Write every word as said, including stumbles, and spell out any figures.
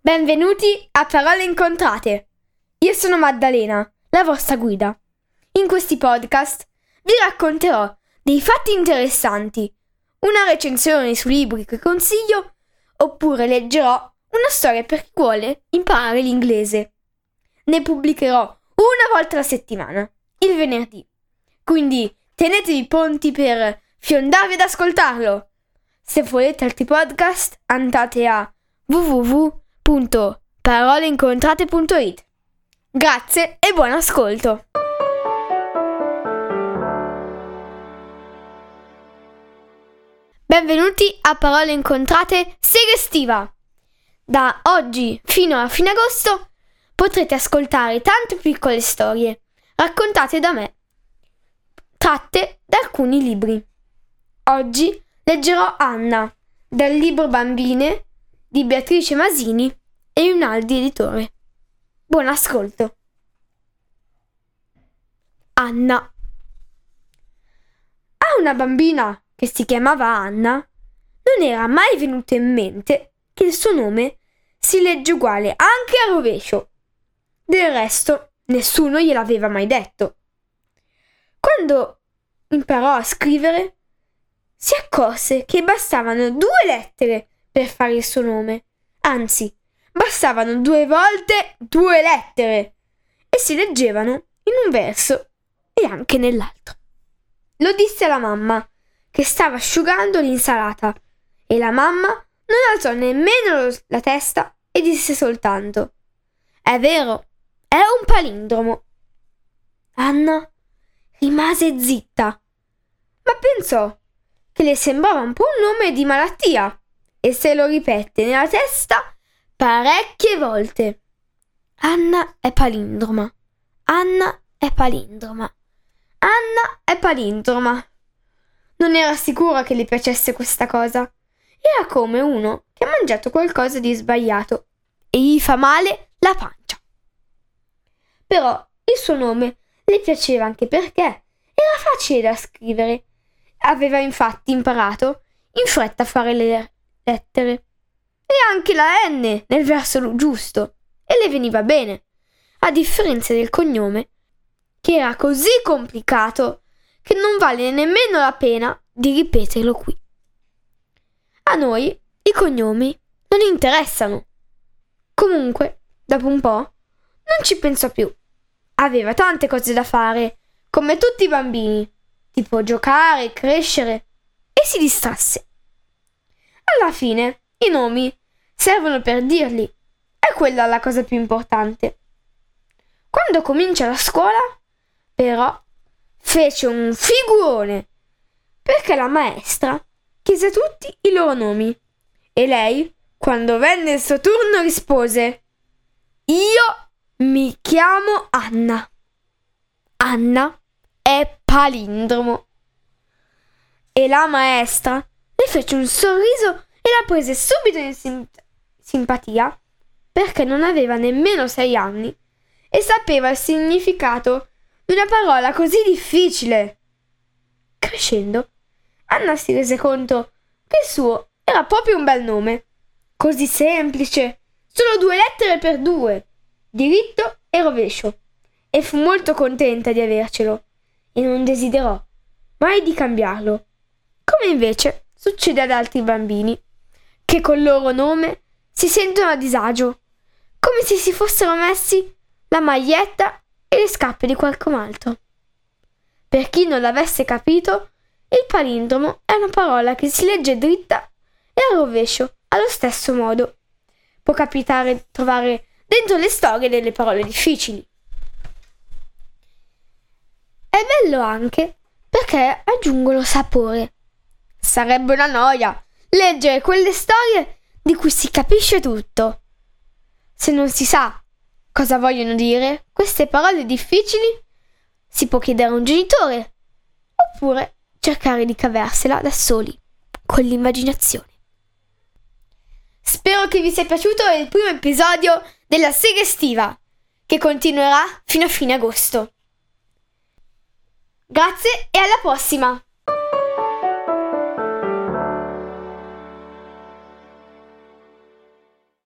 Benvenuti a Parole Incontrate. Io sono Maddalena, la vostra guida. In questi podcast vi racconterò dei fatti interessanti, una recensione su libri che consiglio, oppure leggerò una storia per chi vuole imparare l'inglese. Ne pubblicherò una volta alla settimana, il venerdì. Quindi tenetevi pronti per fiondarvi ad ascoltarlo. Se volete altri podcast, andate a w w w punto parole incontrate punto i t. Grazie e buon ascolto! Benvenuti a Parole Incontrate Sega Estiva. Da oggi fino a fine agosto potrete ascoltare tante piccole storie raccontate da me, tratte da alcuni libri. Oggi leggerò Anna, dal libro Bambine di Beatrice Masini e Rinaldi Editore. Buon ascolto. Anna. A una bambina che si chiamava Anna non era mai venuto in mente che il suo nome si legge uguale anche a rovescio. Del resto, nessuno gliel'aveva mai detto. Quando imparò a scrivere, si accorse che bastavano due lettere per fare il suo nome. Anzi, bastavano due volte due lettere e si leggevano in un verso e anche nell'altro. Lo disse alla mamma, che stava asciugando l'insalata, e la mamma non alzò nemmeno la testa e disse soltanto: «È vero, è un palindromo». Anna rimase zitta, ma pensò che le sembrava un po' un nome di malattia e se lo ripette nella testa parecchie volte. Anna è palindroma, Anna è palindroma, Anna è palindroma. Non era sicura che le piacesse questa cosa. Era come uno che ha mangiato qualcosa di sbagliato e gli fa male la pancia. Però il suo nome le piaceva anche perché era facile da scrivere. Aveva infatti imparato in fretta a fare le lettere e anche la N nel verso giusto, e le veniva bene, a differenza del cognome, che era così complicato che non vale nemmeno la pena di ripeterlo qui. A noi i cognomi non interessano. Comunque, dopo un po', non ci pensò più. Aveva tante cose da fare, come tutti i bambini, tipo giocare, crescere, e si distrasse. Alla fine, i nomi servono per dirli, è quella la cosa più importante. Quando comincia la scuola, però, fece un figurone, perché la maestra chiese a tutti i loro nomi, e lei, quando venne il suo turno, rispose: «Io mi chiamo Anna. Anna è palindromo». E la maestra le fece un sorriso e la prese subito in sim- simpatia, perché non aveva nemmeno sei anni e sapeva il significato di una parola così difficile. Crescendo, Anna si rese conto che il suo era proprio un bel nome, così semplice, solo due lettere per due, diritto e rovescio, e fu molto contenta di avercelo e non desiderò mai di cambiarlo, come invece succede ad altri bambini, che col loro nome si sentono a disagio, come se si fossero messi la maglietta e le scarpe di qualcun altro. Per chi non l'avesse capito, il palindromo è una parola che si legge dritta e a rovescio allo stesso modo. Può capitare di trovare dentro le storie delle parole difficili. È bello anche perché aggiungono sapore. Sarebbe una noia leggere quelle storie di cui si capisce tutto. Se non si sa cosa vogliono dire queste parole difficili, si può chiedere a un genitore, oppure cercare di cavarsela da soli, con l'immaginazione. Spero che vi sia piaciuto il primo episodio della Sega Estiva, che continuerà fino a fine agosto. Grazie e alla prossima!